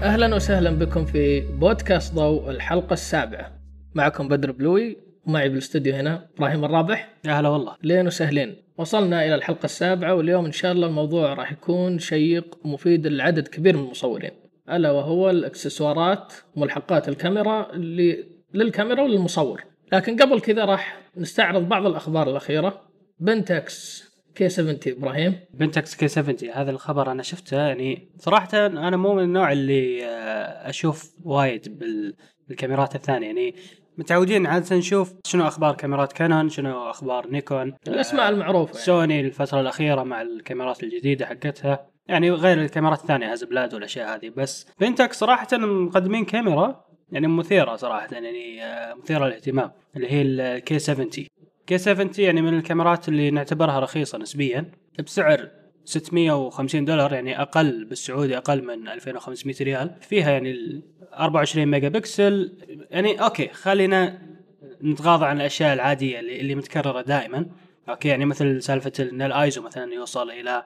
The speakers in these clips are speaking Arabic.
أهلا وسهلا بكم في بودكاست ضوء الحلقة 7. معكم بدر بلوي ومعي بالاستوديو هنا إبراهيم الرابح. يا هلا والله. لين وسهلين. وصلنا إلى الحلقة 7 واليوم إن شاء الله الموضوع راح يكون شيق ومفيد لعدد كبير من المصورين، ألا وهو الإكسسوارات وملحقات الكاميرا اللي للكاميرا وللمصور. لكن قبل كذا راح نستعرض بعض الأخبار الأخيرة. بنتكس K70 إبراهيم. بنتكس K70 هذا الخبر أنا شفته، يعني صراحة أنا مو من النوع اللي أشوف وايد بالكاميرات الثانية، يعني متعودين عادة نشوف شنو أخبار كاميرات كانون، شنو أخبار نيكون، الأسماء المعروفة سوني الفترة الأخيرة مع الكاميرات الجديدة حقتها، يعني غير الكاميرات الثانية هازبلاد والأشياء هذه. بس بنتكس صراحة مقدمين كاميرا يعني مثيرة صراحة، يعني مثيرة للاهتمام، اللي هي ال K70. K70 يعني من الكاميرات اللي نعتبرها رخيصة نسبيا، بسعر $650، يعني أقل بالسعودي أقل من 2500 ريال. فيها يعني 24 ميجا بكسل، يعني أوكي خلينا نتغاضى عن الأشياء العادية اللي متكررة دائما. أوكي يعني مثل سالفة إن الآيزو مثلا يوصل إلى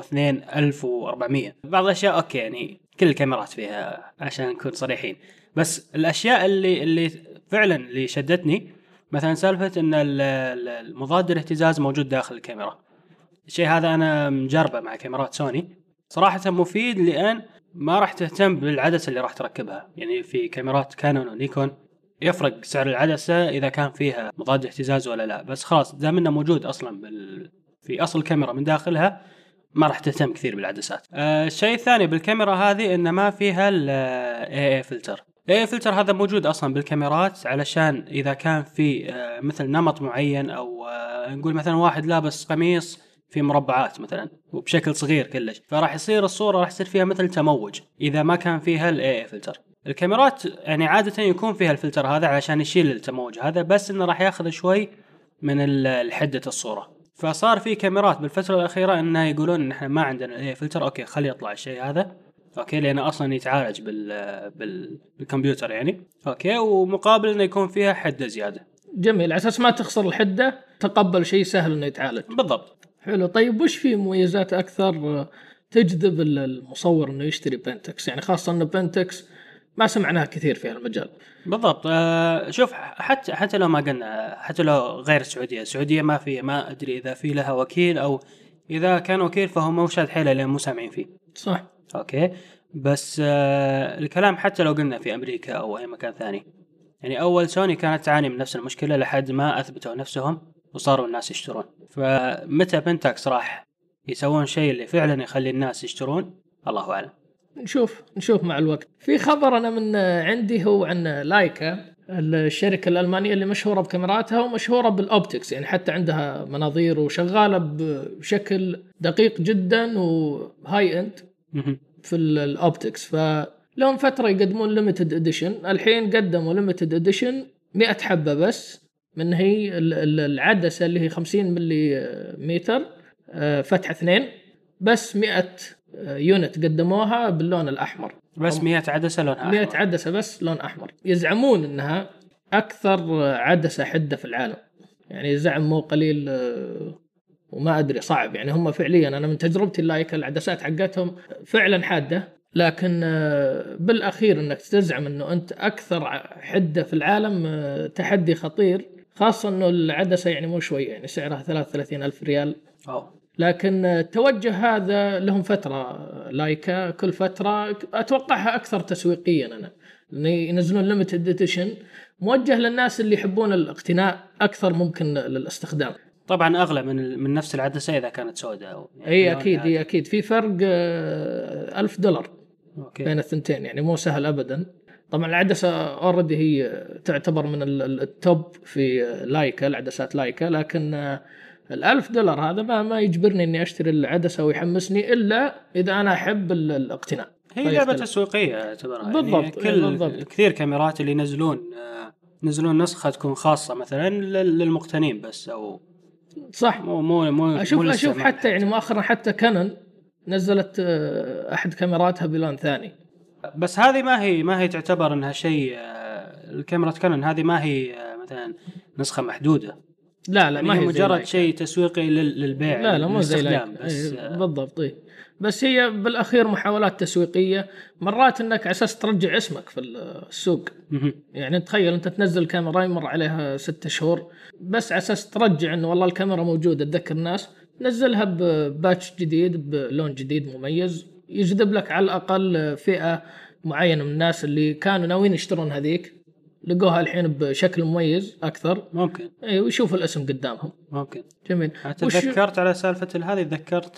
102,400. بعض الأشياء أوكي يعني كل الكاميرات فيها عشان نكون صريحين، بس الأشياء اللي فعلا اللي شدتني مثلا سالفة إن المضاد الاهتزاز موجود داخل الكاميرا. الشيء هذا أنا مجربه مع كاميرات سوني، صراحة مفيد، لأن ما راح تهتم بالعدسة اللي راح تركبها. يعني في كاميرات كانون ونيكون يفرق سعر العدسة إذا كان فيها مضاد اهتزاز ولا لا، بس خلاص دام إنه موجود أصلا في أصل الكاميرا من داخلها ما راح تهتم كثير بالعدسات. الشيء الثاني بالكاميرا هذه إن ما فيها ال AA فلتر. AA فلتر هذا موجود أصلا بالكاميرات علشان إذا كان في مثل نمط معين، أو نقول مثلا واحد لابس قميص في مربعات مثلا وبشكل صغير كلش، فراح يصير الصورة راح يصير فيها مثل تموج إذا ما كان فيها ال AA فلتر. الكاميرات يعني عادة يكون فيها الفلتر هذا علشان يشيل التموج هذا، بس إنه راح ياخذ شوي من الحدة الصورة. فصار في كاميرات بالفترة الأخيرة إنه يقولون إن إحنا ما عندنا فلتر، أوكي خلي يطلع الشيء هذا، أوكي لأنه أصلاً يتعالج بالكمبيوتر يعني، أوكي، ومقابل إنه يكون فيها حدة زيادة. جميل، على أساس ما تخسر الحدة تقبل شيء سهل إنه يتعالج. بالضبط. حلو. طيب وش في مميزات أكثر تجذب المصور إنه يشتري بنتكس، يعني خاصة إنه بنتكس ما سمعناها كثير في هالمجال؟ بالضبط. شوف، حتى لو ما قلنا، حتى لو غير السعودية ما أدري إذا في لها وكيل، أو إذا كان وكيل فهو مو شاد حيله لأن مو سامعين فيه. صح. أوكي، بس الكلام حتى لو قلنا في أمريكا أو أي مكان ثاني، يعني أول سوني كانت تعاني من نفس المشكلة لحد ما أثبتوا نفسهم وصاروا الناس يشترون. فمتى بنتكس راح يسوون شيء اللي فعلا يخلي الناس يشترون؟ الله أعلم. نشوف مع الوقت. في خبر أنا من عندي هو عن لايكا، الشركة الألمانية اللي مشهورة بكاميراتها ومشهورة بالأوبتكس، يعني حتى عندها مناظير وشغالة بشكل دقيق جدا وهاي اند في الأوبتكس. فلهم فترة يقدمون ليميتد اديشن، الحين قدموا ليميتد اديشن 100 حبة بس، من هي العدسة اللي هي 50 ملي متر فتحة 2 بس، 100 يونت قدموها باللون الأحمر، بس 100 عدسة لونها أحمر. 100 عدسة بس لون أحمر. يزعمون إنها أكثر عدسة حدة في العالم، يعني زعم مو قليل، وما أدري صعب، يعني هم فعليا أنا من تجربتي اللايكا العدسات حقتهم فعلا حادة، لكن بالأخير إنك تزعم إنه أنت أكثر حدة في العالم تحدي خطير، خاصة إنه العدسة يعني مو شوية، يعني سعرها 33,000 ريال. لكن التوجه هذا لهم فترة، لايكا كل فترة أتوقعها أكثر تسويقيا أنا، ينزلون ليميتد اديشن موجه للناس اللي يحبون الاقتناء أكثر ممكن للاستخدام. طبعا أغلى من نفس العدسة إذا كانت سوداء. يعني أكيد في فرق $1,000 بين الثنتين، يعني مو سهل أبدا. طبعا العدسة أوردي هي تعتبر من التوب في لايكا، العدسات لايكا، لكن $1,000 هذا ما يجبرني إني أشتري العدسة ويحمسني إلا إذا أنا أحب الاقتناء. هي لعبة تسويقية اعتبرها. بالضبط. يعني بالضبط. كثير كاميرات اللي ينزلون نسخة تكون خاصة مثلا للمقتنين بس، أو صح. مو أشوف حتى يعني مؤخرا حتى كانون نزلت أحد كاميراتها بلون ثاني. بس هذه ما هي تعتبر انها شيء. الكاميرا كانون هذه ما هي مثلا نسخة محدودة، لا يعني ما هي هي زي مجرد لايكا. شيء تسويقي للبيع، لا مو زي للاستخدام لايكا. بس. بالضبط بس هي بالاخير محاولات تسويقيه، مرات انك على اساس ترجع اسمك في السوق. مهم. يعني تخيل انت تنزل كاميرا يمر عليها 6 شهور بس على اساس ترجع انه والله الكاميرا موجوده، تذكر الناس، نزلها بباتش جديد بلون جديد مميز، يجذب لك على الاقل فئه معينه من الناس اللي كانوا ناويين يشترون هذيك، لقوها الحين بشكل مميز اكثر. ممكن. اي ويشوف الاسم قدامهم. ممكن. جميل. تذكرت على سالفة هذه، تذكرت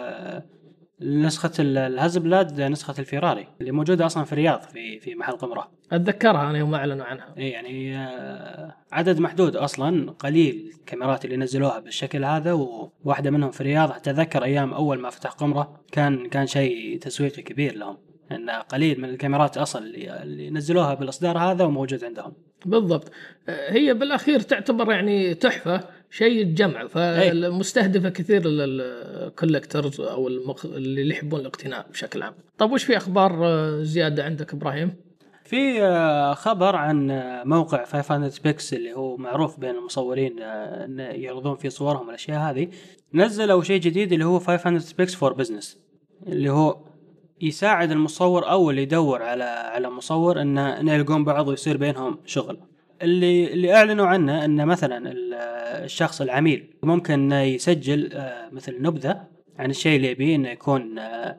نسخة الهازبلاد، نسخة الفيراري اللي موجودة أصلا في الرياض في محل قمرة. اتذكرها انا يوم اعلنوا عنها. إيه يعني عدد محدود أصلا، قليل الكاميرات اللي نزلوها بالشكل هذا، وواحدة منهم في الرياض. أتذكر أيام أول ما فتح قمرة كان شيء تسويقي كبير لهم، أن قليل من الكاميرات أصلا اللي نزلوها بالإصدار هذا وموجود عندهم. بالضبط. هي بالاخير تعتبر يعني تحفه، شيء يتجمع، فمستهدفه كثير للكولكترز او اللي يحبون الاقتناء بشكل عام. طب وش في اخبار زياده عندك ابراهيم؟ في خبر عن موقع 500 بيكس اللي هو معروف بين المصورين ان يعرضون فيه صورهم والاشياء هذه. نزلوا شيء جديد اللي هو 500 بيكس فور بزنس، اللي هو يساعد المصور او اللي يدور على مصور انه يلقون بعض ويصير بينهم شغل. اللي اعلنوا عنه ان مثلا الشخص العميل ممكن انه يسجل مثل نبذه عن الشيء اللي يبيه، انه يكون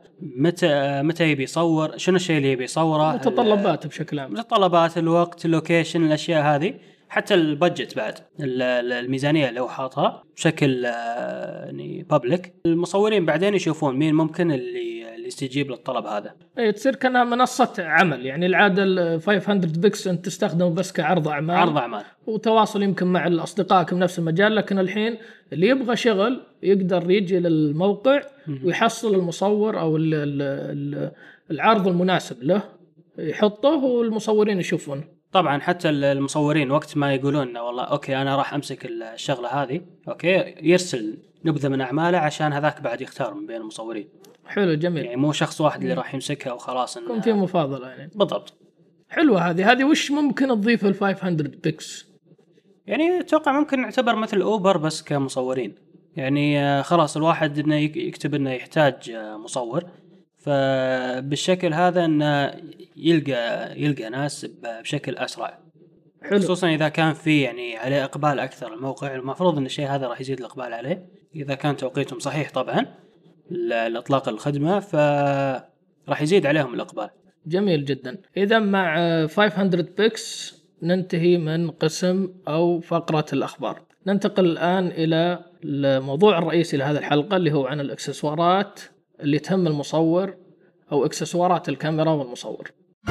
متى يبي يصور، شنو الشيء اللي يبي يصوره، متطلبات بشكل عام، متطلبات الوقت، اللوكيشن، الاشياء هذه، حتى البادجت بعد، الميزانيه اللي هو حاطها بشكل يعني بابليك. المصورين بعدين يشوفون مين ممكن اللي يستجيب للطلب هذا. اي تصير كانها منصه عمل. يعني العاده ال 500 بيكس انت تستخدمه بس كعرض اعمال، وتواصل يمكن مع الاصدقاء من نفس المجال. لكن الحين اللي يبغى شغل يقدر يجي للموقع ويحصل المصور او العرض المناسب له، يحطه والمصورين يشوفونه. طبعا حتى المصورين وقت ما يقولون والله اوكي انا راح امسك الشغله هذه، اوكي يرسل نبذه من اعماله عشان هذاك بعد يختار من بين المصورين. حلو جميل. يعني مو شخص واحد اللي راح يمسكها وخلاص، يكون في مفاضله يعني. بالضبط. حلوه هذه وش ممكن تضيف ال 500 بيكس؟ يعني اتوقع ممكن نعتبر مثل اوبر بس كمصورين. يعني خلاص الواحد انه يكتب انه يحتاج مصور، فبالشكل هذا انه يلقى ناس بشكل اسرع. حلو. خصوصا اذا كان في يعني عليه اقبال اكثر. الموقع المفروض ان الشيء هذا راح يزيد الاقبال عليه اذا كان توقيتهم صحيح طبعا لاطلاق الخدمه، فراح يزيد عليهم الاقبال. جميل جدا. اذا مع 500 بيكس ننتهي من قسم او فقره الاخبار. ننتقل الان الى الموضوع الرئيسي لهذه الحلقه اللي هو عن الاكسسوارات اللي تهم المصور او اكسسوارات الكاميرا والمصور.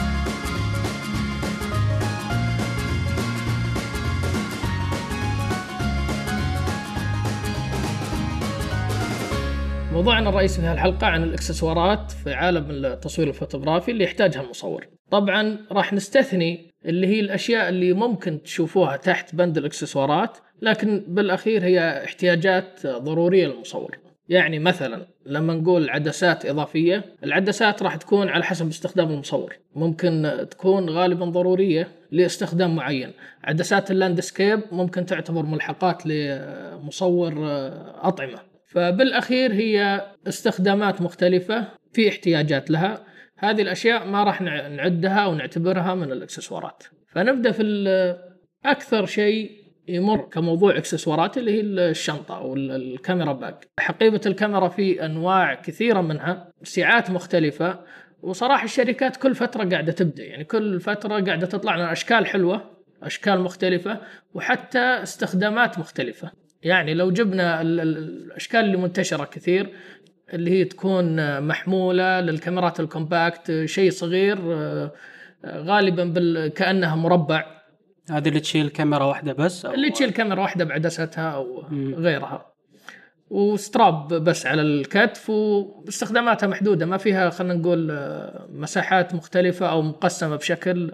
موضوعنا الرئيسي في هالحلقة عن الإكسسوارات في عالم التصوير الفوتوغرافي اللي يحتاجها المصور. طبعا راح نستثني اللي هي الأشياء اللي ممكن تشوفوها تحت بند الإكسسوارات، لكن بالأخير هي احتياجات ضرورية للمصور. يعني مثلا لما نقول عدسات إضافية، العدسات راح تكون على حسب استخدام المصور، ممكن تكون غالبا ضرورية لاستخدام معين. عدسات اللاندسكيب ممكن تعتبر ملحقات لمصور أطعمة. فبالأخير هي استخدامات مختلفة في احتياجات لها. هذه الأشياء ما راح نعدها ونعتبرها من الإكسسوارات. فنبدأ في أكثر شيء يمر كموضوع إكسسوارات اللي هي الشنطة أو الكاميرا باج. حقيبة الكاميرا في أنواع كثيرة منها، سعات مختلفة، وصراحة الشركات كل فترة قاعدة تبدأ، يعني كل فترة قاعدة تطلع لنا أشكال حلوة، أشكال مختلفة، وحتى استخدامات مختلفة. يعني لو جبنا الأشكال اللي منتشرة كثير اللي هي تكون محمولة للكاميرات الكومباكت، شيء صغير غالبا كأنها مربع، هذه اللي تشيل كاميرا واحدة بس، اللي تشيل كاميرا واحدة بعدستها أو غيرها، وستراب بس على الكتف، واستخداماتها محدودة، ما فيها خلنا نقول مساحات مختلفة أو مقسمة بشكل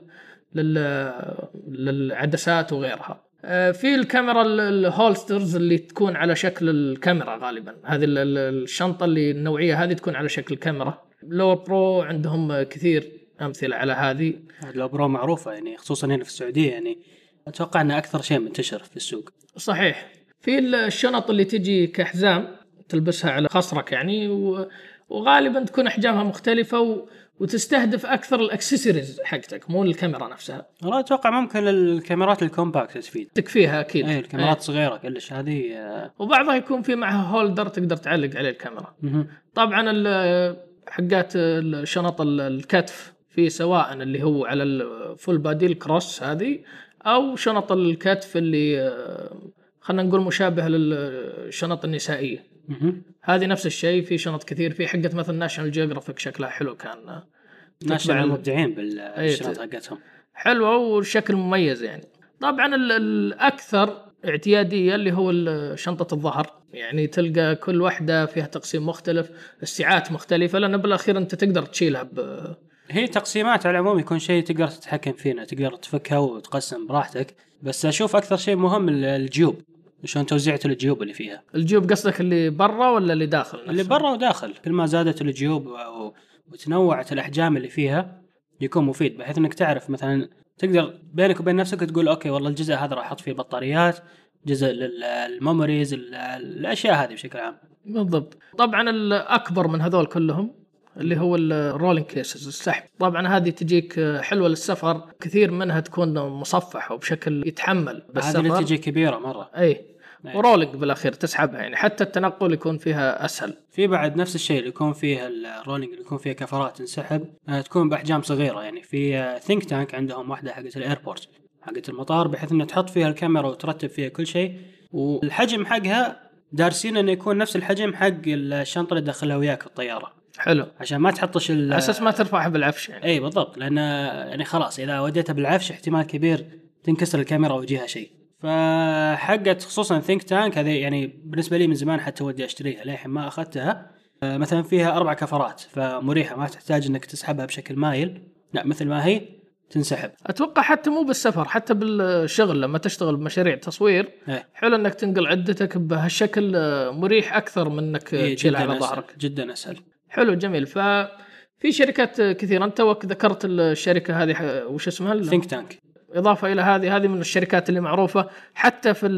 للعدسات وغيرها. في الكاميرا الهولسترز اللي تكون على شكل الكاميرا غالبا، هذه الشنطة اللي النوعية هذه تكون على شكل كاميرا. لو برو عندهم كثير أمثلة على هذه. لو برو معروفة يعني خصوصا هنا في السعودية، يعني أتوقع أنها أكثر شيء منتشر في السوق. صحيح. في الشنط اللي تجي كحزام تلبسها على خصرك يعني، وغالبا تكون احجامها مختلفه وتستهدف اكثر الاكسسوارز حقتك مو الكاميرا نفسها. والله اتوقع ممكن الكاميرات الكومباكت تفيد، تكفيها اكيد. اي الكاميرات صغيره كلش هذه. وبعضها يكون في معها هولدر تقدر تعلق عليه الكاميرا. طبعا حقات الشنط الكتف في سواء اللي هو على الفول بادي الكروس هذه، او شنط الكتف اللي خلنا نقول مشابه للشنط النسائيه. هذه نفس الشيء، في شنط كثير، في حقة مثلا ناشونال جيوغرافيك شكلها حلو، كان ناشونال مبدعين بالشنط حقتهم، حلوه والشكل مميز يعني. طبعا الاكثر اعتياديه اللي هو شنطه الظهر، يعني تلقى كل واحده فيها تقسيم مختلف، السعات مختلفه، لان بالاخير انت تقدر تشيلها هي تقسيمات على العموم يكون شيء تقدر تتحكم فينا، تقدر تفكها وتقسم براحتك. بس اشوف اكثر شيء مهم الجيوب، شلون توزيعة الجيوب اللي فيها. الجيوب قصدك اللي برا ولا اللي داخل نفسه؟ اللي برا وداخل، كل ما زادت الجيوب وتنوعت الأحجام اللي فيها يكون مفيد، بحيث انك تعرف مثلا تقدر بينك وبين نفسك تقول اوكي والله الجزء هذا راح احط فيه بطاريات، جزء للميموريز، الاشياء هذه بشكل عام. بالضبط. طبعا الاكبر من هذول كلهم اللي هو الرولينج كيسز، السحب. طبعا هذه تجيك حلوه للسفر، كثير منها تكون مصفحه وبشكل يتحمل بالسفر. هذه اللي تجي كبيره مره. اي ورولينج بالاخير تسحبها، يعني حتى التنقل يكون فيها اسهل. في بعد نفس الشيء اللي يكون فيه الرولينج اللي يكون فيه كفرات تنسحب، تكون باحجام صغيره. يعني في ثينك تانك عندهم واحده حقت الايربورت حقت المطار، بحيث انك تحط فيها الكاميرا وترتب فيها كل شيء، والحجم حقها دارسين انه يكون نفس الحجم حق الشنطه اللي تدخلها وياك الطياره. حلو، عشان ما تحطش اساس ما ترفعها بالعفش يعني. اي بالضبط، لان يعني خلاص اذا وديتها بالعفش احتمال كبير تنكسر الكاميرا ويجيها شيء. فحقت خصوصا ثينك تانك هذه يعني بالنسبه لي من زمان حتى ودي اشتريها، للحين ما اخذتها. مثلا فيها 4 كفرات، فمريحه، ما تحتاج انك تسحبها بشكل مايل، لا مثل ما هي تنسحب. اتوقع حتى مو بالسفر، حتى بالشغل لما تشتغل بمشاريع تصوير حلو انك تنقل عدتك بهالشكل، مريح اكثر من انك تشيلها على ظهرك. جدا اسهل. حلو جميل. ففي شركات كثيرة، انت ذكرت الشركه هذه وش اسمها؟ ثينك تانك. اضافه الى هذه من الشركات اللي معروفه حتى في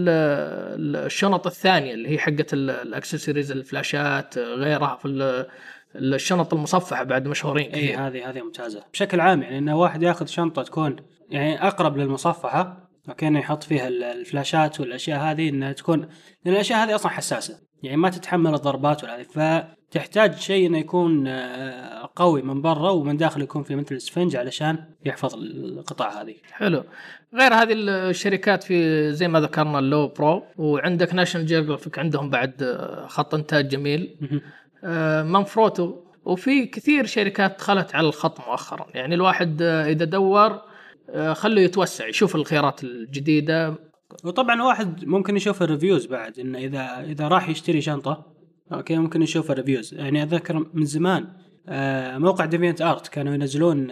الشنط الثانيه اللي هي حقه الاكسسوارز، الفلاشات، غيرها. في الشنط المصفحه بعد مشهورين كثير. هذه ممتازه بشكل عام، يعني انه واحد ياخذ شنطه تكون يعني اقرب للمصفحه، وكان يحط فيها الفلاشات والاشياء هذه، انها تكون، لان الاشياء هذه اصلا حساسه، يعني ما تتحمل الضربات ولا هذه، فتحتاج شيء انه يكون قوي من برا، ومن داخل يكون في مثل اسفنج علشان يحفظ القطع هذه. حلو. غير هذه الشركات في زي ما ذكرنا اللو برو، وعندك ناشونال جيوغرافيك عندهم بعد خط انتاج جميل، مانفروتو، وفي كثير شركات دخلت على الخط مؤخرا. يعني الواحد اذا دور خليه يتوسع يشوف الخيارات الجديده. وطبعا واحد ممكن يشوف الريفيوز بعد، انه اذا راح يشتري شنطه اوكي ممكن يشوف الريفيوز. يعني اذكر من زمان موقع ديفينت ارت كانوا ينزلون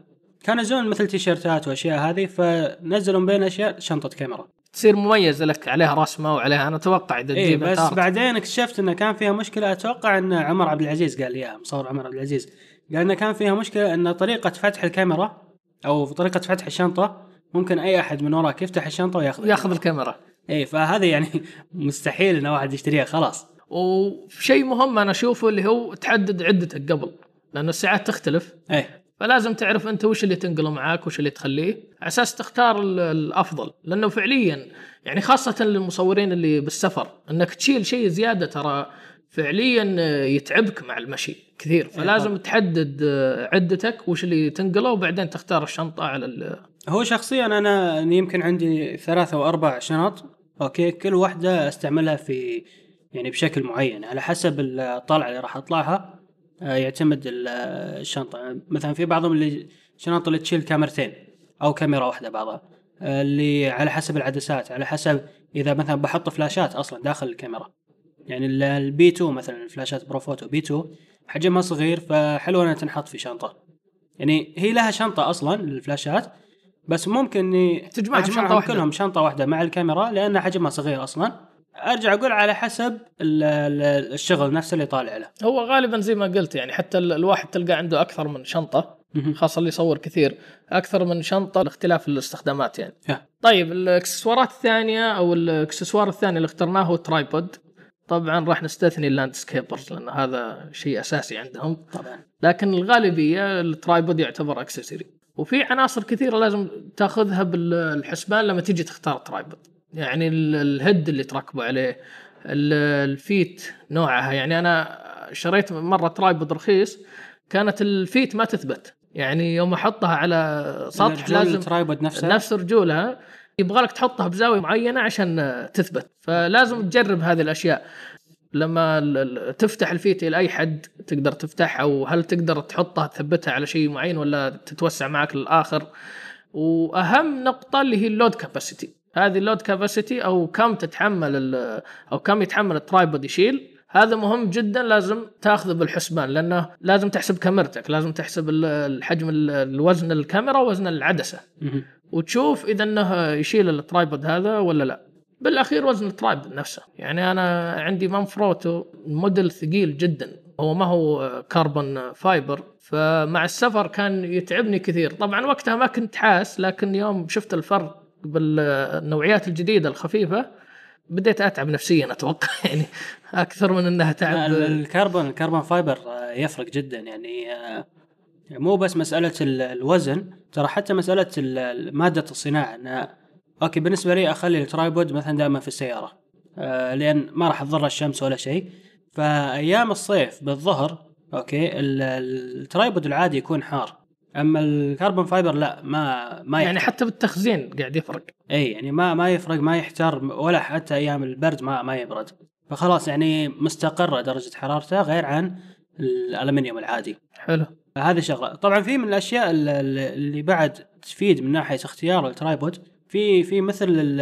مثل تيشيرتات واشياء هذه، فنزلوا بين اشياء شنطه كاميرا تصير مميزه لك، عليها رسمه وعليها، انا اتوقع اذا تجيب بس بعدين اكتشفت انه كان فيها مشكله. اتوقع ان عمر عبد العزيز قال لي اياها، مصور عمر عبد العزيز قال انه كان فيها مشكله، ان طريقه فتح الكاميرا او طريقه فتح الشنطه ممكن اي احد من وراك يفتح الشنطه وياخذ الكاميرا. فهذا يعني مستحيل ان واحد يشتريها خلاص. وشيء مهم انا اشوفه اللي هو تحدد عدتك قبل، لان الساعات تختلف. فلازم تعرف انت وش اللي تنقله معاك وش اللي تخليه، على اساس تختار الافضل. لانه فعليا يعني خاصه للمصورين اللي بالسفر، انك تشيل شيء زياده ترى فعليا يتعبك مع المشي كثير. فلازم تحدد عدتك وش اللي تنقله، وبعدين تختار الشنطه على هو شخصيا انا يمكن عندي 3 أو 4 شنط، اوكي، كل واحده استعملها في يعني بشكل معين على حسب الطلعه اللي راح اطلعها. يعتمد الشنطه. مثلا في بعضهم اللي شنط اللي تشيل كاميرتين او كاميرا واحده، بعضها اللي على حسب العدسات، على حسب اذا مثلا بحط فلاشات اصلا داخل الكاميرا. يعني البي 2 مثلا، الفلاشات بروفوتو بي 2 حجمها صغير، فحلوه انها تنحط في شنطه. يعني هي لها شنطه اصلا للفلاشات، بس ممكن تجمعهم كلهم شنطه واحده مع الكاميرا، لان حجمها صغير اصلا. ارجع اقول على حسب الشغل نفسه اللي طالع له. هو غالبا زي ما قلت، يعني حتى الواحد تلقى عنده اكثر من شنطه، خاصة اللي يصور كثير أكثر من شنطة لاختلاف الاستخدامات يعني. Yeah. طيب الإكسسوارات الثانية أو الإكسسوار الثاني اللي اخترناه هو ترايبود. طبعا راح نستثني اللاندسكيبرز لأن هذا شيء أساسي عندهم طبعا، لكن الغالبية الترايبود يعتبر أكسسوري. وفي عناصر كثيرة لازم تأخذها بالحسبان لما تيجي تختار ترايبود. يعني الهيد اللي تركبه عليه، الفيت نوعها. يعني أنا شريت مرة ترايبود رخيص كانت الفيت ما تثبت، يعني يوم أحطها على سطح لازم ترايبود نفس رجولها يبغالك تحطها بزاوية معينة عشان تثبت. فلازم تجرب هذه الأشياء لما تفتح الفيت إلى أي حد تقدر تفتحها، وهل تقدر تحطها تثبتها على شيء معين ولا تتوسع معك للآخر. وأهم نقطة اللي هي اللود كاباسيتي. هذه اللود كاباسيتي أو كم تتحمل أو كم يتحمل الترايبود يشيل، هذا مهم جدا لازم تاخذه بالحسبان لأنه لازم تحسب كاميرتك، لازم تحسب الحجم الوزن الكاميرا ووزن العدسة وتشوف إذا أنه يشيل الترايبود هذا ولا لا. بالأخير وزن الترايبود نفسه. يعني أنا عندي مانفروتو موديل ثقيل جدا، هو ما هو كاربون فايبر، فمع السفر كان يتعبني كثير. طبعا وقتها ما كنت حاس، لكن يوم شفت الفرق بالنوعيات الجديدة الخفيفة بديت أتعب نفسيا أتوقع يعني أكثر من أنها تعب. الكربون فايبر يفرق جدا يعني مو بس مسألة الوزن، ترى حتى مسألة مادة الصناعة. أنا أوكي بالنسبة لي أخلي الترايبود مثلا دائما في السيارة لأن ما راح تضر الشمس ولا شيء. فأيام الصيف بالظهر أوكي الترايبود العادي يكون حار، أما الكربون فايبر لا ما يعني حتى بالتخزين قاعد يفرق. أي يعني ما يفرق، ما يحتار ولا حتى أيام البرد ما يبرد. فخلاص يعني مستقرة درجة حرارته غير عن الألمنيوم العادي. حلو. هذه شغلة. طبعا في من الأشياء اللي بعد تفيد من ناحية اختيار الترايبود في مثل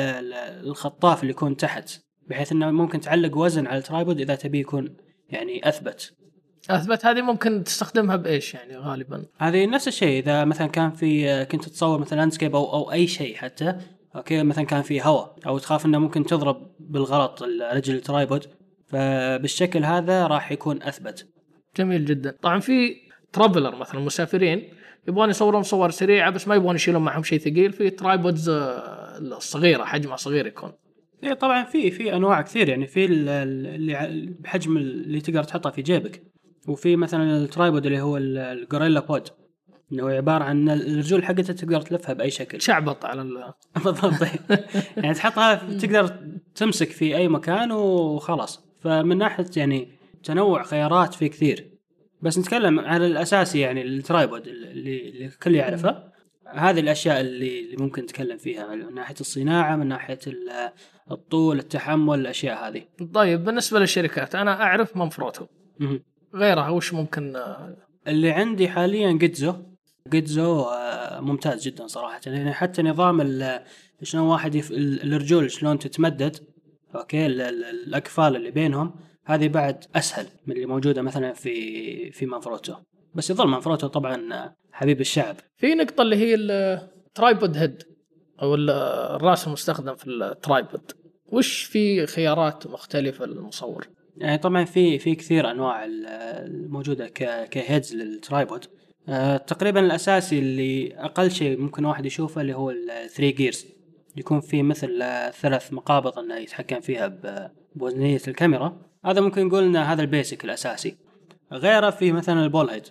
الخطاف اللي يكون تحت، بحيث انه ممكن تعلق وزن على الترايبود اذا تبي يكون يعني اثبت. هذه ممكن تستخدمها بايش يعني غالبا؟ هذه نفس الشيء اذا مثلا كان في كنت تصور مثلا لاندسكيب او اي شيء حتى اوكي مثلا كان في هواء او تخاف انه ممكن تضرب بالغلط رجل الترايبود، فبالشكل هذا راح يكون اثبت. جميل جدا. طبعا في ترافلر مثلا مسافرين يبغون يصورون صور سريعه بس ما يبغون يشيلون معهم شيء ثقيل، في ترايبودز الصغيره حجمها صغير يكون. ايه طبعا في انواع كثير، يعني في اللي بحجم اللي تقدر تحطها في جيبك، وفي مثلا الترايبود اللي هو الجوريلا بود اللي هو عباره عن الرجول حقتها تقدر تلفها باي شكل شعبط على بالضبط يعني تحطها تقدر تمسك في اي مكان وخلاص. فمن ناحيه يعني تنوع خيارات في كثير، بس نتكلم على الاساسي يعني الترايبود اللي الكل يعرفه. هذه الاشياء اللي ممكن نتكلم فيها من ناحيه الصناعه، من ناحيه الطول، التحمل، الاشياء هذه. طيب بالنسبه للشركات انا اعرف مانفروتو، غيرها وش ممكن؟ اللي عندي حاليا جيتزو ممتاز جدا صراحه، يعني حتى نظام شلون واحد الرجول شلون تتمدد اوكي الاكفال اللي بينهم هذه بعد اسهل من اللي موجوده مثلا في مانفروتو، بس يظل مانفروتو طبعا حبيب الشعب. في نقطه اللي هي الترايبود هيد او الراس المستخدم في الترايبود، وش في خيارات مختلفه للمصور؟ يعني طبعا في كثير انواع الموجوده كهيدز للترايبود. تقريبا الاساسي اللي اقل شيء ممكن واحد يشوفه اللي هو الثري جيرز، يكون فيه مثل 3 مقابض انه يتحكم فيها بوزنيه الكاميرا. هذا ممكن نقول ان هذا البيسك الاساسي. غيره في مثلا البول هيد،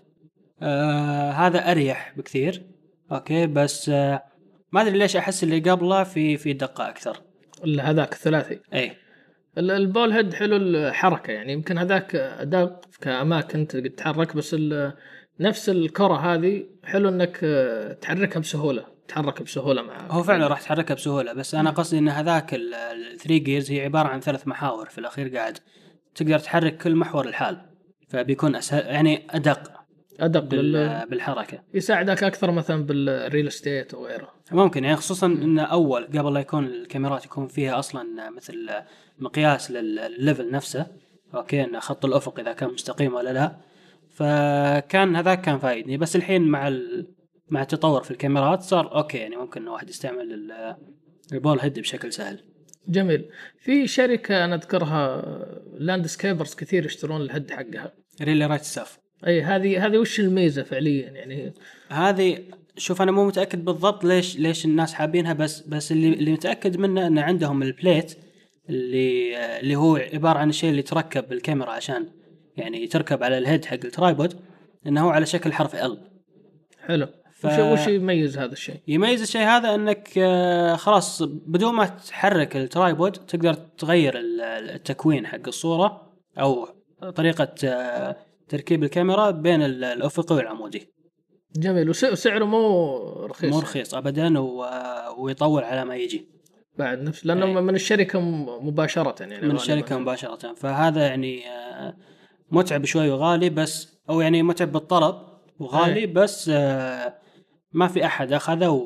هذا اريح بكثير اوكي، بس ما ادري ليش احس اللي قبله في دقه اكثر. هذاك الثلاثي اي البول هيد حلو الحركه، يعني يمكن هذاك ادق كاماكن تتحرك، بس نفس الكره هذه حلو انك تحركها بسهوله، تتحرك بسهوله معه. هو فعلا راح تحركها بسهوله، بس انا قصدي ان هذاك الثري جيرز هي عباره عن 3 محاور في الاخير، قاعد تقدر تحرك كل محور الحال، فبيكون اسهل يعني ادق بالحركه، يساعدك اكثر مثلا بالريل استيت وغيره. ممكن يعني خصوصا ان اول قبل لا يكون الكاميرات يكون فيها اصلا مثل مقياس للليفل نفسه اوكي، ان خط الافق اذا كان مستقيم ولا لا، فكان هذاك كان فايدني. بس الحين مع التطور في الكاميرات صار اوكي، يعني ممكن واحد يستعمل البول هيد بشكل سهل. جميل. في شركه انا اذكرها لاندسكيبرز كثير يشترون الهيد حقها، ريلي رايت ستاف. اي هذه وش الميزه فعليا يعني؟ هذه شوف انا مو متاكد بالضبط ليش الناس حابينها، بس اللي متاكد منه ان عندهم البليت اللي هو عباره عن الشيء اللي تركب بالكاميرا عشان يعني تركب على الهيد حق الترايبود، انه هو على شكل حرف ال. حلو. وش يميز هذا الشيء؟ يميز الشيء هذا انك خلاص بدون ما تحرك الترايبود تقدر تغير التكوين حق الصوره او طريقه تركيب الكاميرا بين الافقي والعمودي. جميل. وسعره مو رخيص؟ مو رخيص ابدا، ويطول على ما يجي بعد نفس لانه من الشركه مباشره يعني من الشركه مباشره. فهذا يعني متعب شوي وغالي، بس او يعني متعب بالطلب وغالي، بس ما في احد اخذه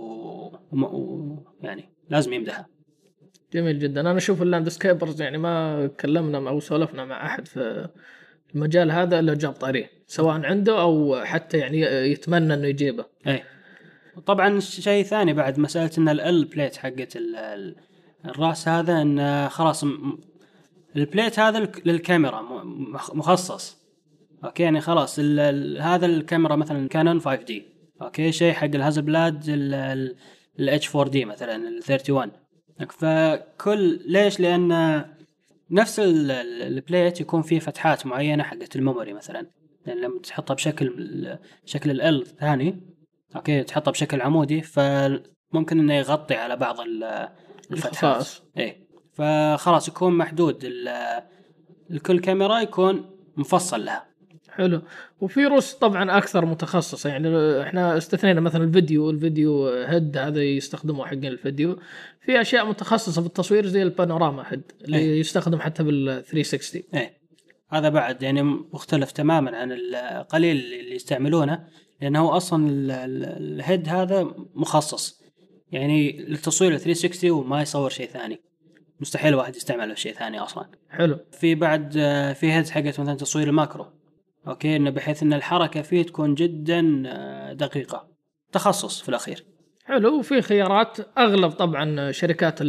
يعني لازم يمدحه. جميل جدا. انا اشوف اللاندسكيبرز يعني ما كلمنا او سولفنا مع احد في المجال هذا الا جاب طاريه، سواء عنده او حتى يعني يتمنى انه يجيبه. اي طبعا شيء ثاني بعد مساله ان ال بليت حقت الراس هذا، ان خلاص البليت هذا للكاميرا مخصص. اوكي يعني خلاص هذا الكاميرا مثلا كانون 5D، اوكي شيء حق الهازبلاد ال H4D مثلا ال 31. فكل ليش؟ لان نفس البليت يكون فيه فتحات معينه حقت الميموري مثلا، يعني لما تحطها شكل ال ثاني، اوكي تحطها بشكل عمودي، فممكن انه يغطي على بعض الفتحات. اي فخلاص يكون محدود الكل كاميرا يكون مفصل لها. حلو. وفي روس طبعا اكثر متخصصه، يعني احنا استثنينا مثلا الفيديو هيد هذا يستخدمه حق الفيديو. في اشياء متخصصه بالتصوير زي البانوراما هيد اللي يستخدم حتى بال 360. هذا بعد يعني مختلف تماما عن القليل اللي يستعملونه، لانه اصلا الهيد هذا مخصص يعني للتصوير 360 وما يصور شيء ثاني. مستحيل واحد يستعمله شيء ثاني اصلا. حلو. في بعد في هيد حقت مثلا تصوير الماكرو، اوكي انه بحيث ان الحركه فيه تكون جدا دقيقه، تخصص في الاخير. حلو. وفي خيارات اغلب طبعا شركات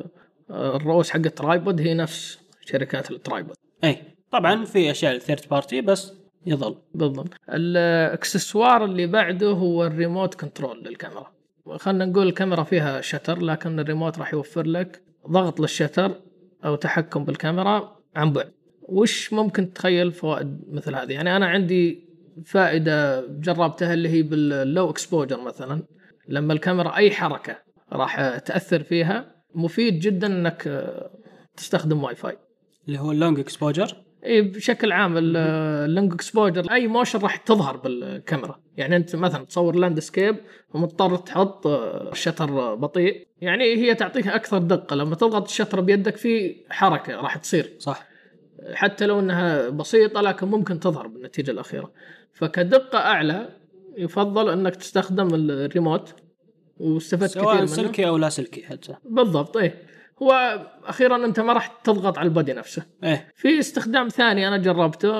الرؤوس حق الترايبود هي نفس شركات الترايبود. اي طبعا في اشياء الثيرد بارتي بس يظل. بالضبط. الاكسسوار اللي بعده هو الريموت كنترول للكاميرا. خلنا نقول الكاميرا فيها شتر، لكن الريموت راح يوفر لك ضغط للشتر او تحكم بالكاميرا عن بعد. وش ممكن تتخيل فوائد مثل هذه؟ يعني انا عندي فائده جربتها اللي هي باللو اكسبوجر مثلا، لما الكاميرا اي حركه راح تاثر فيها، مفيد جدا انك تستخدم واي فاي اللي هو اللونج اكسبوجر. اي بشكل عام اللونج اكسبوجر اي موشن راح تظهر بالكاميرا. يعني انت مثلا تصور لاندسكيب ومضطر تحط الشتر بطيء، يعني هي تعطيك اكثر دقه. لما تضغط الشتر بيدك في حركه راح تصير، صح، حتى لو انها بسيطه لكن ممكن تظهر بالنتيجه الاخيره. فكدقه اعلى يفضل انك تستخدم الريموت، واستفدت كثير منه سواء سلكي او لا سلكي حتى. بالضبط. هو اخيرا انت ما راح تضغط على البودي نفسه. في استخدام ثاني انا جربته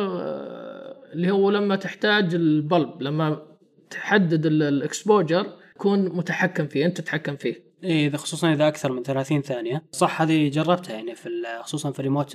اللي هو لما تحتاج البلب، لما تحدد الاكسبوجر يكون متحكم فيه، انت تتحكم فيه. اذا خصوصا اذا اكثر من 30 ثانيه. صح هذه جربتها يعني خصوصا في الريموت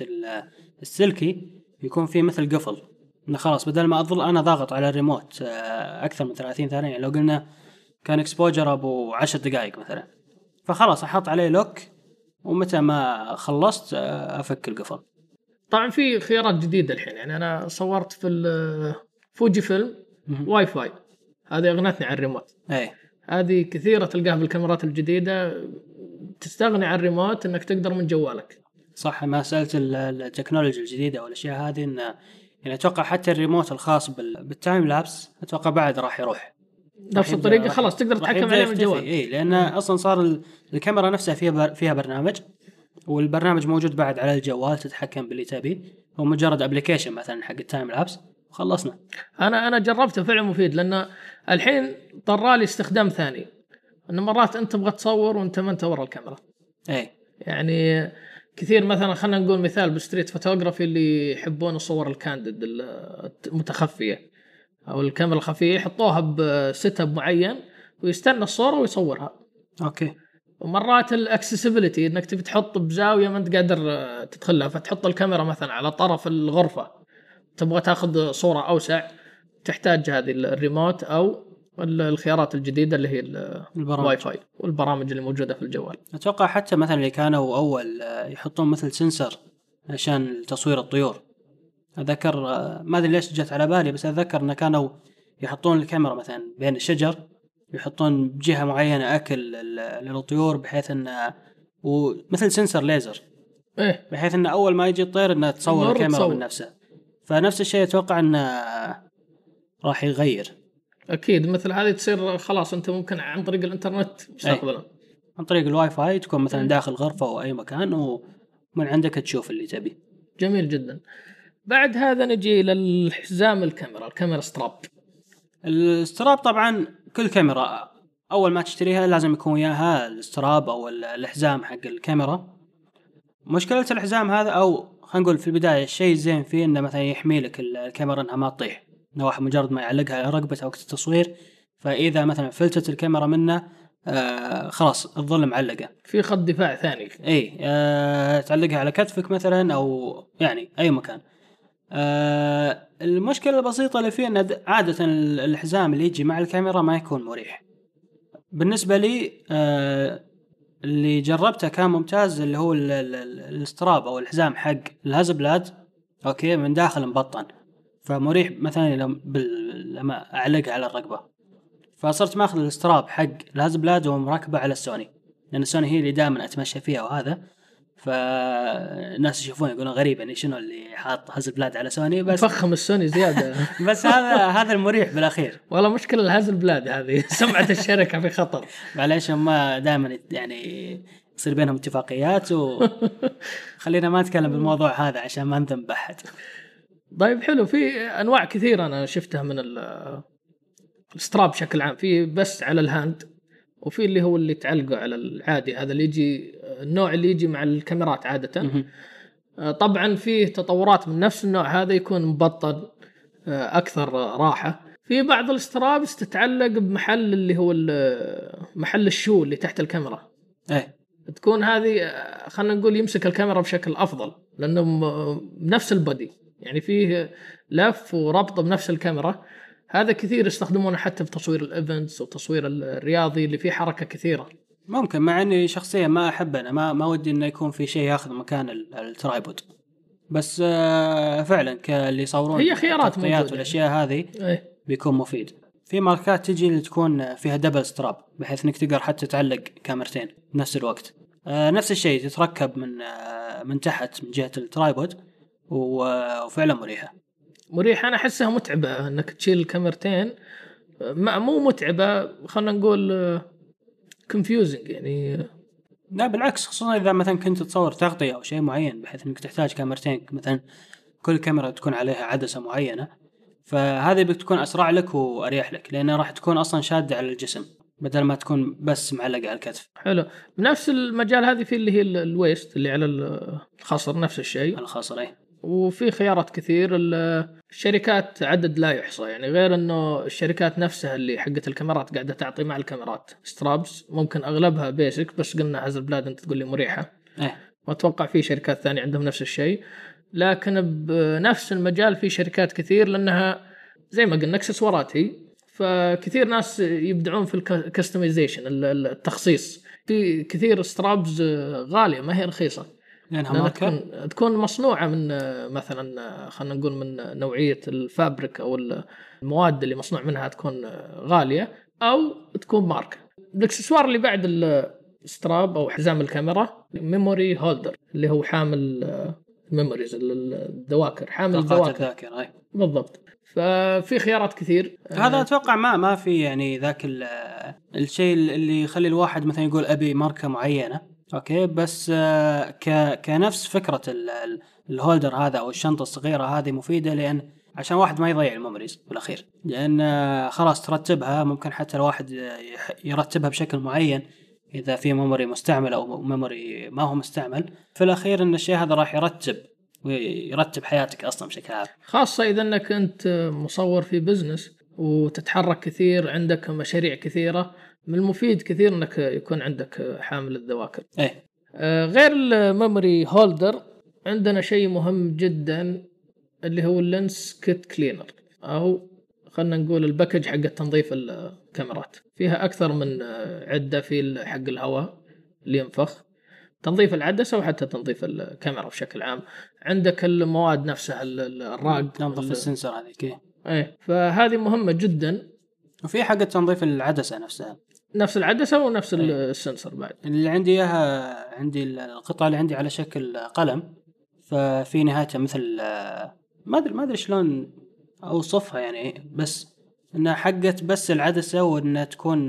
السلكي يكون فيه مثل قفل، انه خلاص بدل ما اظل انا ضاغط على الريموت اكثر من 30 ثانيه، يعني لو قلنا كان اكسبوجر ابو 10 دقائق مثلا، فخلاص احط عليه لوك ومتى ما خلصت افك القفل. طبعا في خيارات جديده الحين، يعني انا صورت في الفوجي فيلم واي فاي، هذه اغنتني عن الريموت. هذه كثيره تلقاها بالكاميرات الجديده، تستغني عن الريموت انك تقدر من جوالك. صح، مساله التكنولوجيا الجديده والاشياء هذه، ان يعني اتوقع حتى الريموت الخاص بالتايم لابس اتوقع بعد راح يروح نفس الطريقه، خلاص تقدر تتحكم عليه من الجوال. لان اصلا صار الكاميرا نفسها فيها برنامج، والبرنامج موجود بعد على الجوال، تتحكم باللي تبي، هو مجرد ابلكيشن مثلا حق التايم لابس وخلصنا. انا جربته فعلا مفيد، لان الحين طرالي استخدام ثاني، ان مرات انت تبغى تصور وانت ما انت ورا الكاميرا. يعني كثير مثلا خلينا نقول مثال بالستريت فوتوغرافي اللي يحبون الصور الكانديد المتخفيه او الكاميرا الخفيه، يحطوها بسيت اب معين ويستنى الصوره ويصورها. ومرات الاكسسبيليتي انك تبي تحط بزاويه ما انت قادر تدخلها، فتحط الكاميرا مثلا على طرف الغرفه، تبغى تاخذ صوره اوسع تحتاج هذه الريموت او الخيارات الجديده اللي هي الواي فاي والبرامج اللي موجوده في الجوال. اتوقع حتى مثلا اللي كانوا اول يحطون مثل سنسر عشان تصوير الطيور. اذكر ما ادري ليش جت على بالي، بس اتذكر ان كانوا يحطون الكاميرا مثلا بين الشجر، يحطون بجهه معينه اكل للطيور، بحيث ان ومثل سنسر ليزر ايه بحيث ان اول ما يجي الطير انها تصور الكاميرا من نفسها. فنفس الشيء اتوقع انه راح يغير. اكيد مثل هذه تصير خلاص انت ممكن عن طريق الانترنت مستقبلا عن طريق الواي فاي تكون مثلا داخل غرفه او اي مكان ومن عندك تشوف اللي تبي. جميل جدا. بعد هذا نجي للحزام الكاميرا ستراب. الستراب طبعا كل كاميرا اول ما تشتريها لازم يكون وياها الستراب او الحزام حق الكاميرا. مشكله الحزام هذا، او خلينا نقول في البدايه الشيء الزين فيه انه مثلا يحمي لك الكاميرا انها ما تطيح، انه واحد مجرد ما يعلقها على رقبته وقت التصوير، فاذا مثلا فلتت الكاميرا منه خلاص تظل معلقه في خط دفاع ثاني. اي تعلقها على كتفك مثلا او يعني اي مكان. المشكله البسيطه اللي فيه ان عاده الحزام اللي يجي مع الكاميرا ما يكون مريح بالنسبه لي. اللي جربته كان ممتاز، اللي هو الاستراب او الحزام حق الهازبلاد، اوكي من داخل مبطن، فمريح مثلا لما اعلقها على الرقبه. فصرت ماخذ الاستراب حق الهازبلاد ومركبه على السوني، لان السوني هي اللي دائما اتمشى فيها، وهذا فالناس يشوفون يقولون غريب يعني شنو اللي حاط هازبلاد على سوني، بس فخم السوني زياده. بس هذا المريح بالاخير. والله مشكله الهازبلاد هذه سمعه الشركه في خطر. معليش ما دائما يعني يصير بينهم اتفاقيات خلينا ما نتكلم بالموضوع هذا عشان ما نذنب احد. طيب حلو. في انواع كثيره انا شفتها من الستراب بشكل عام، في بس على الهاند، وفي اللي هو اللي تعلقه على العادي، هذا اللي يجي النوع اللي يجي مع الكاميرات عادة. طبعا فيه تطورات من نفس النوع هذا يكون مبطن أكثر راحة. في بعض السترابس تتعلق بمحل اللي هو محل الشو اللي تحت الكاميرا، تكون هذه خلنا نقول يمسك الكاميرا بشكل أفضل، لأنه بنفس البودي يعني فيه لف وربط بنفس الكاميرا. هذا كثير يستخدمونه حتى في تصوير الايفنتس وتصوير الرياضي اللي فيه حركة كثيرة. ممكن، مع اني شخصيا ما احب، انا ما ودي انه يكون في شيء ياخذ مكان الترايبود، بس فعلا كاللي يصورون هي خيارات موجودة والاشياء هذه بيكون مفيد. في ماركات تجي اللي تكون فيها دبل ستراب، بحيث انك تقدر حتى تعلق كاميرتين بنفس الوقت. نفس الشيء تتركب من تحت من جهة الترايبود، وفعلا مريحة. أنا أحسها متعبة أنك تشيل الكاميرتين، مو متعبة، خلنا نقول confusing يعني. لا بالعكس، خصوصا إذا مثلا كنت تصور تغطية أو شيء معين، بحيث أنك تحتاج كاميرتين مثلا كل كاميرا تكون عليها عدسة معينة، فهذه بتكون أسرع لك وأريح لك، لأنها راح تكون أصلا شادة على الجسم بدل ما تكون بس معلقة على الكتف. حلو. بنفس المجال هذه في اللي هي الويست اللي على الخصر، نفس الشيء الخصر وفي خيارات كثير. الشركات عدد لا يحصى يعني، غير انه الشركات نفسها اللي حقت الكاميرات قاعده تعطي مع الكاميرات سترابس، ممكن اغلبها بيسك، بس قلنا هازبلاد انت تقول لي مريحه، واتوقع في شركات ثانيه عندهم نفس الشيء. لكن بنفس المجال في شركات كثير، لانها زي ما قلنا اكسسوارات هي، فكثير ناس يبدعون في الكستمايزيشن التخصيص. في كثير سترابز غاليه ما هي رخيصه، لأنها تكون مصنوعة من مثلا خلنا نقول من نوعية الفابريك أو المواد اللي مصنوع منها تكون غالية، أو تكون ماركة. الإكسسوار اللي بعد الستراب أو حزام الكاميرا ميموري هولدر، اللي هو حامل الميموريز الذواكر، حامل الذواكر بالضبط. ففي خيارات كثير. هذا أتوقع ما في يعني ذاك الشيء اللي يخلي الواحد مثلا يقول أبي ماركة معينة، اوكي، بس كنفس فكرة الهولدر هذا او الشنطة الصغيرة هذه مفيدة، لان عشان واحد ما يضيع الميموريز بالاخير، لان خلاص ترتبها، ممكن حتى الواحد يرتبها بشكل معين اذا في ميموري مستعمل او ميموري ما هو مستعمل. في الاخير ان الشيء هذا راح يرتب حياتك اصلا بشكل عام، خاصة اذا انك انت مصور في بزنس وتتحرك كثير، عندك مشاريع كثيرة، من المفيد كثير انك يكون عندك حامل الذواكر. غير الميموري هولدر عندنا شيء مهم جدا اللي هو اللينس كيت كلينر، او خلنا نقول الباكج حق تنظيف الكاميرات، فيها أكثر من عدة، في حق الهواء اللي ينفخ، تنظيف العدسة وحتى تنظيف الكاميرا بشكل عام. عندك المواد نفسها الراق، تنظف السنسر هذيك. ايه، فهذه مهمة جدا. وفي حق تنظيف العدسة نفسها، نفس العدسة ونفس السنسر بعد. اللي عندي اياها، عندي القطعة اللي عندي على شكل قلم، ففي نهايتها مثل ما ادري شلون اوصفها يعني، بس انها حقت بس العدسة، وانها تكون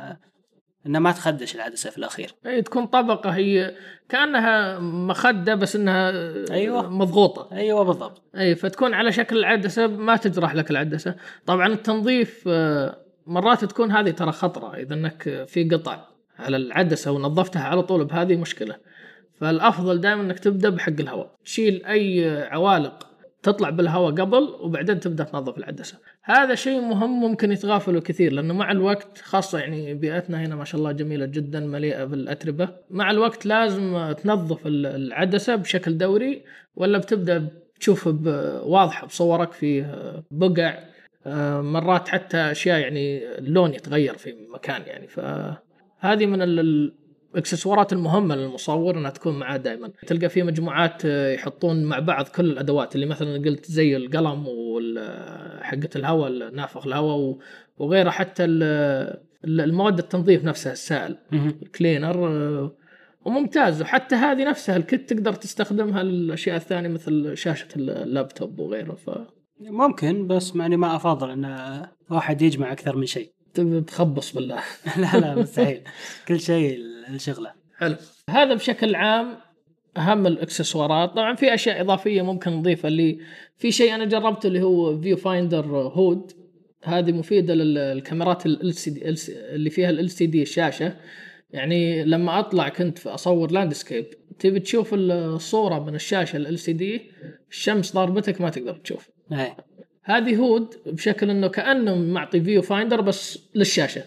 انها ما تخدش العدسة في الاخير. اي، تكون طبقة هي كأنها مخدة بس انها أيوة. مضغوطة. ايوه بالضبط. اي، فتكون على شكل العدسة، ما تجرح لك العدسة. طبعا التنظيف مرات تكون هذه ترى خطرة، اذا انك في قطع على العدسة ونظفتها على طول بهذه مشكلة. فالافضل دائما انك تبدا بحق الهواء، تشيل اي عوالق تطلع بالهواء قبل، وبعدين تبدا تنظف العدسه. هذا شيء مهم ممكن يتغافلوا كثير، لانه مع الوقت، خاصه يعني بيئتنا هنا ما شاء الله جميله جدا مليئه بالاتربه، مع الوقت لازم تنظف العدسه بشكل دوري، ولا بتبدا تشوف واضحه بصورك في بقع، مرات حتى اشياء يعني اللون يتغير في مكان يعني. فهذه من الاكسسوارات المهمة للمصور انها تكون معاه دائما. تلقى في مجموعات يحطون مع بعض كل الادوات اللي مثلا قلت زي القلم وحقة الهواء، نافخ الهواء وغيره، حتى المواد التنظيف نفسها، السائل الكلينر، وممتاز. وحتى هذه نفسها الكت تقدر تستخدمها للاشياء الثانية مثل شاشة اللابتوب وغيره. ممكن، بس يعني ما افضل ان واحد يجمع اكثر من شيء. تخبص بالله. لا مستحيل، كل شيء الشغله. حلو. هذا بشكل عام اهم الاكسسوارات. طبعا في اشياء اضافيه ممكن نضيفها، اللي في شيء انا جربته اللي هو فيو فايندر هود. هذه مفيده للكاميرات اللي فيها LCD الشاشه. يعني لما اطلع كنت اصور لاندسكيب، تبي تشوف الصوره من الشاشه LCD، الشمس ضاربتك ما تقدر تشوف. هذه هود بشكل انه كانه معطي فيو فايندر بس للشاشه.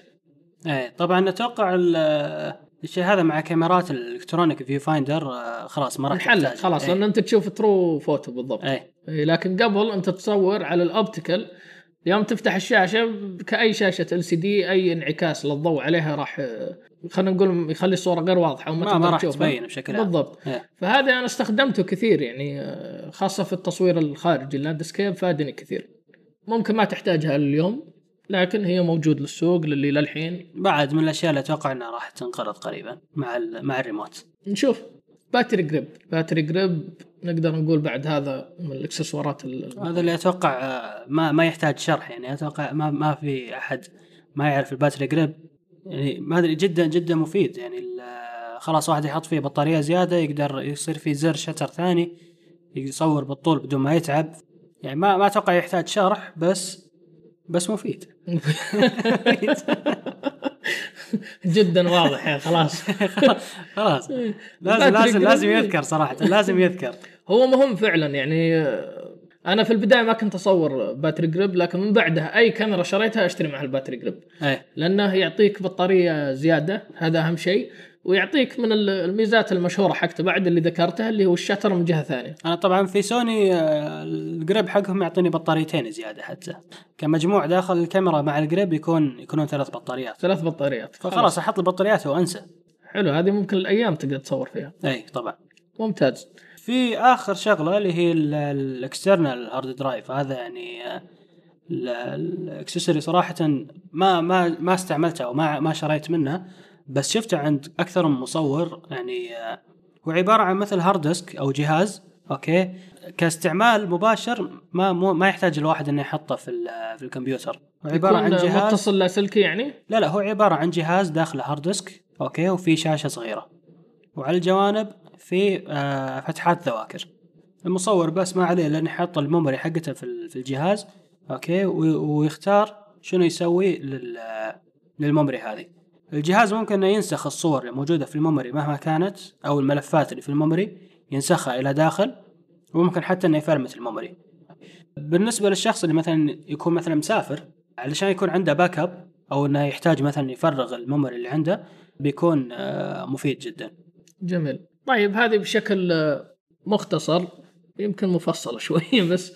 طبعا اتوقع الشيء هذا مع كاميرات الالكترونيك فيو فايندر خلاص ما راح تحتاج، خلاص لان انت تشوف ترو فوتو بالضبط. لكن قبل انت تصور على الاوبتيكال، يوم تفتح الشاشه كاي شاشه LCD، اي انعكاس للضوء عليها راح خلينا نقول يخلي الصوره غير واضحه وما ما راح تبين بشكل عام بالضبط. فهذا انا استخدمته كثير يعني، خاصه في التصوير الخارجي، اللاندسكيب فادني كثير. ممكن ما تحتاجها اليوم، لكن هي موجود للسوق للي للحين. بعد من الاشياء اللي اتوقع انها راح تنقرض قريبا مع الريموت. نشوف. باتري جريب نقدر نقول بعد هذا من الاكسسوارات هذا اللي اتوقع ما يحتاج شرح يعني. اتوقع ما في احد ما يعرف الباتري جريب يعني. ما ادري، جدا جدا مفيد يعني. خلاص واحد يحط فيه بطارية زيادة، يقدر يصير فيه زر شتر ثاني يصور بالطول بدون ما يتعب يعني. ما اتوقع يحتاج شرح، بس مفيد. جدا واضح يا خلاص لازم يذكر صراحة، لازم يذكر. هو مهم فعلا يعني. انا في البداية ما كنت اصور باتري جريب، لكن من بعدها اي كاميرا شريتها اشتري معها الباتري جريب، لانه يعطيك بطارية زيادة، هذا اهم شيء. ويعطيك من الميزات المشهورة حقته بعد اللي ذكرتها، اللي هو الشتر من جهة ثانية. أنا طبعا في سوني الجريب حقهم يعطيني بطاريتين زيادة، حتى كمجموع داخل الكاميرا مع الجريب يكونون 3 بطاريات. فخلاص أحط البطاريات وأنسى. حلو، هذه ممكن الأيام تقدر تصور فيها. طبعا ممتاز. في آخر شغلة اللي هي الاكسترنال هارد درايف. هذا يعني الاكسسوري صراحة ما استعملته أو ما شريت منه، بس شفته عند أكثر من مصور يعني. هو عبارة عن مثل هارد ديسك أو جهاز، أوكي، كاستعمال مباشر، ما يحتاج الواحد إنه يحطه في الكمبيوتر. هو عبارة عن جهاز متصل لاسلكي يعني. لا هو عبارة عن جهاز داخله هارد ديسك، أوكي، وفي شاشة صغيرة، وعلى الجوانب في فتحات ذواكر. المصور بس ما عليه لأن يحط الميموري حقته في الجهاز، أوكي، ويختار شنو يسوي للميموري هذه. الجهاز ممكن أن ينسخ الصور الموجودة في الميموري مهما كانت، أو الملفات اللي في الميموري ينسخها إلى داخل، وممكن حتى أنه يفرمت الميموري. بالنسبة للشخص اللي مثلا يكون مثلا مسافر، علشان يكون عنده باك اب، أو أنه يحتاج مثلا يفرغ الميموري اللي عنده، بيكون مفيد جدا. جميل. طيب هذه بشكل مختصر، يمكن مفصل شوية، بس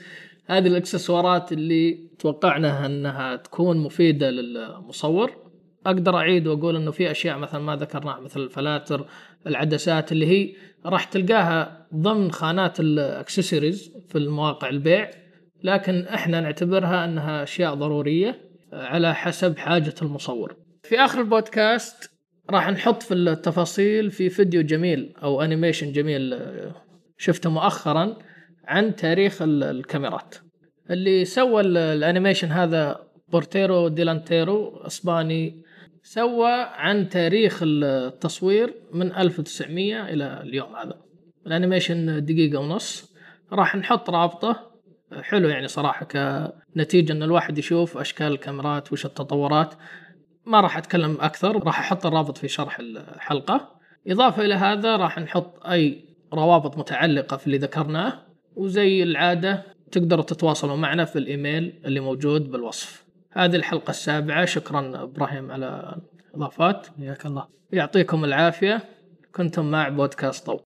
هذه الاكسسوارات اللي توقعنا انها تكون مفيدة للمصور. اقدر اعيد واقول انه في اشياء مثلا ما ذكرناها مثل الفلاتر، العدسات اللي هي راح تلقاها ضمن خانات الاكسسوارز في المواقع البيع، لكن احنا نعتبرها انها اشياء ضرورية على حسب حاجة المصور. في اخر البودكاست راح نحط في التفاصيل في فيديو جميل او انيميشن جميل شفته مؤخرا عن تاريخ الكاميرات. اللي سوى الانيميشن هذا بورتيرو ديلانتيرو اسباني، سوى عن تاريخ التصوير من 1900 الى اليوم. هذا الانيميشن دقيقة ونص، راح نحط رابطه حلو يعني صراحة كنتيجة ان الواحد يشوف اشكال الكاميرات وش التطورات. ما راح اتكلم اكثر، راح احط الرابط في شرح الحلقة. اضافة الى هذا راح نحط اي روابط متعلقة في اللي ذكرناه، وزي العادة تقدروا تتواصلوا معنا في الايميل اللي موجود بالوصف. هذه الحلقة 7. شكرا ابراهيم على الاضافات. حياك الله. يعطيكم العافية. كنتم مع بودكاست ضوء.